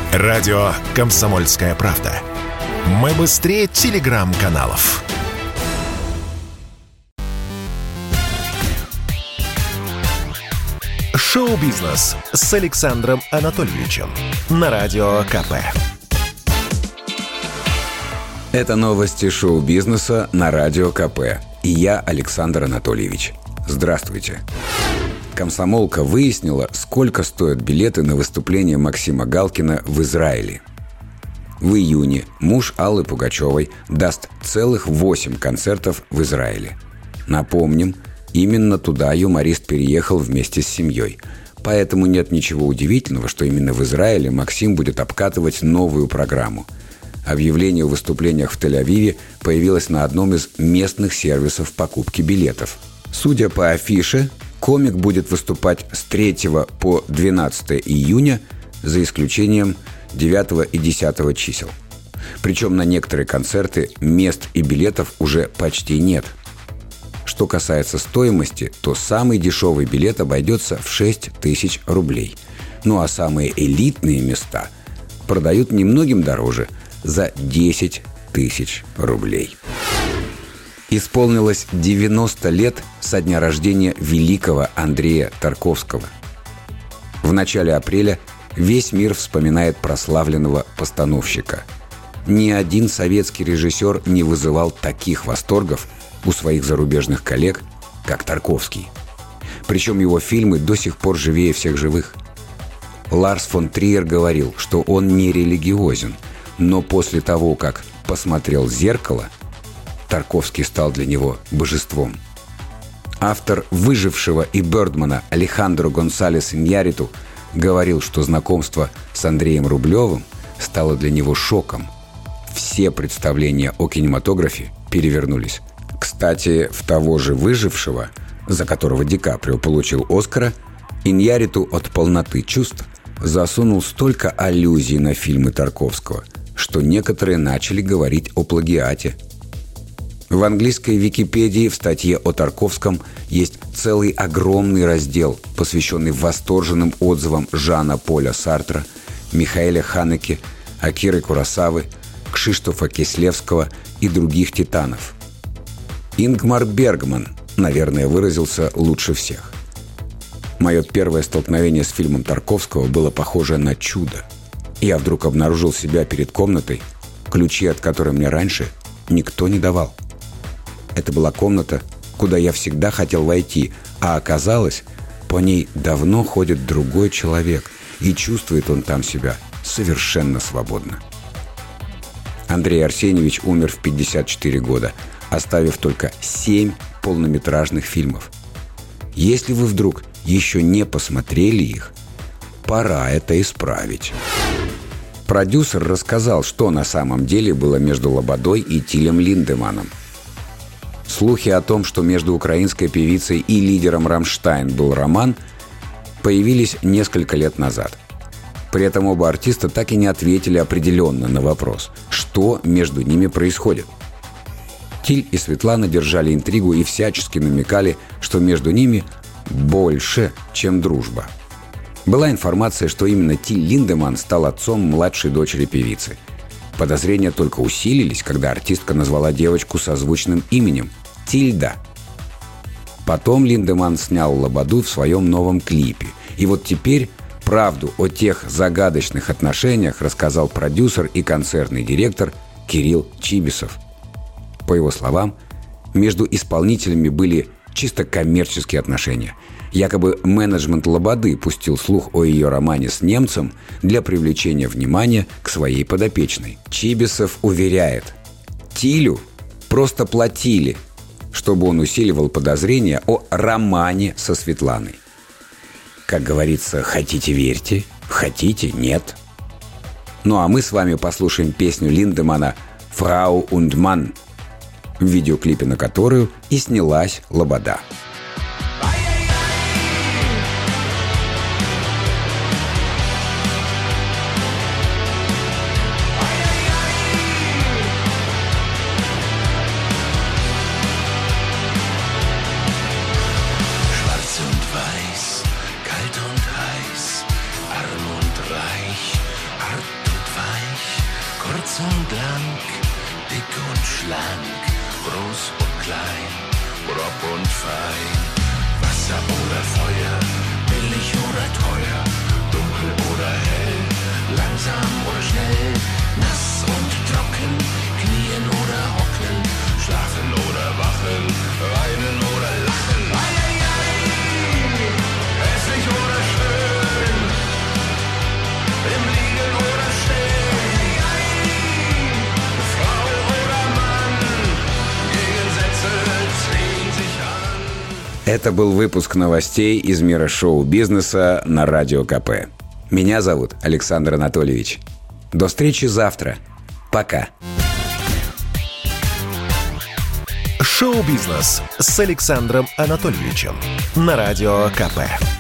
Радио «Комсомольская правда». Мы быстрее телеграм-каналов. Шоу-бизнес с Александром Анатольевичем на Радио КП. Это новости шоу-бизнеса на Радио КП. И я, Александр Анатольевич. Здравствуйте. «Комсомолка» выяснила, сколько стоят билеты на выступление Максима Галкина в Израиле. В июне муж Аллы Пугачевой даст целых 8 концертов в Израиле. Напомним, именно туда юморист переехал вместе с семьей. Поэтому нет ничего удивительного, что именно в Израиле Максим будет обкатывать новую программу. Объявление о выступлениях в Тель-Авиве появилось на одном из местных сервисов покупки билетов. Судя по афише, комик будет выступать с 3 по 12 июня, за исключением 9 и 10 чисел. Причем на некоторые концерты мест и билетов уже почти нет. Что касается стоимости, то самый дешевый билет обойдется в 6 тысяч рублей. Ну а самые элитные места продают немногим дороже – за 10 тысяч рублей. Исполнилось 90 лет со дня рождения великого Андрея Тарковского. В начале апреля весь мир вспоминает прославленного постановщика. Ни один советский режиссер не вызывал таких восторгов у своих зарубежных коллег, как Тарковский. Причем его фильмы до сих пор живее всех живых. Ларс фон Триер говорил, что он не религиозен, но после того, как посмотрел «Зеркало», Тарковский стал для него божеством. Автор «Выжившего» и «Бёрдмана» Алехандро Гонсалес Иньярриту говорил, что знакомство с Андреем Рублевым стало для него шоком. Все представления о кинематографе перевернулись. Кстати, в того же «Выжившего», за которого Ди Каприо получил «Оскара», Иньярриту от полноты чувств засунул столько аллюзий на фильмы Тарковского, что некоторые начали говорить о плагиате. В английской Википедии в статье о Тарковском есть целый огромный раздел, посвященный восторженным отзывам Жана Поля Сартра, Михаэля Ханеке, Акиры Куросавы, Кшиштофа Кислевского и других титанов. Ингмар Бергман, наверное, выразился лучше всех. Мое первое столкновение с фильмом Тарковского было похоже на чудо. Я вдруг обнаружил себя перед комнатой, ключи от которой мне раньше никто не давал. Это была комната, куда я всегда хотел войти, а оказалось, по ней давно ходит другой человек, и чувствует он там себя совершенно свободно. Андрей Арсеньевич умер в 54 года, оставив только 7 полнометражных фильмов. Если вы вдруг еще не посмотрели их, пора это исправить. Продюсер рассказал, что на самом деле было между Лободой и Тилем Линдеманном. Слухи о том, что между украинской певицей и лидером «Рамштайн» был роман, появились несколько лет назад. При этом оба артиста так и не ответили определенно на вопрос, что между ними происходит. Тиль и Светлана держали интригу и всячески намекали, что между ними больше, чем дружба. Была информация, что именно Тиль Линдеманн стал отцом младшей дочери певицы. Подозрения только усилились, когда артистка назвала девочку созвучным именем – Тильда. Потом Линдеманн снял Лободу в своем новом клипе. И вот теперь правду о тех загадочных отношениях рассказал продюсер и концертный директор Кирилл Чибисов. По его словам, между исполнителями были чисто коммерческие отношения. Якобы менеджмент Лободы пустил слух о ее романе с немцем для привлечения внимания к своей подопечной. Чибисов уверяет, Тилю просто платили, чтобы он усиливал подозрения о романе со Светланой. Как говорится, хотите – верьте, хотите – нет. Ну а мы с вами послушаем песню Линдеманна «Фрау und Mann», в видеоклипе на которую и снялась Лобода. Kalt und heiß, arm und reich, hart und blank, dick und schlank, groß und klein, grob und fein. Wasser oder Feuer, billig oder teuer, dunkel oder hell, langsam oder schnell, nass und trocken, knien oder hocken, schlafen oder wachen, weinen oder lachen. Ei, ei, ei, hässlich oder schön, im Liegen oder Stehen. Ei, ei, Frau oder Mann, Gegensätze ziehen sich an. Это был выпуск новостей из мира шоу-бизнеса на Радио КП. Меня зовут Александр Анатольевич. До встречи завтра. Пока. Шоу-бизнес с Александром Анатольевичем на Радио КП.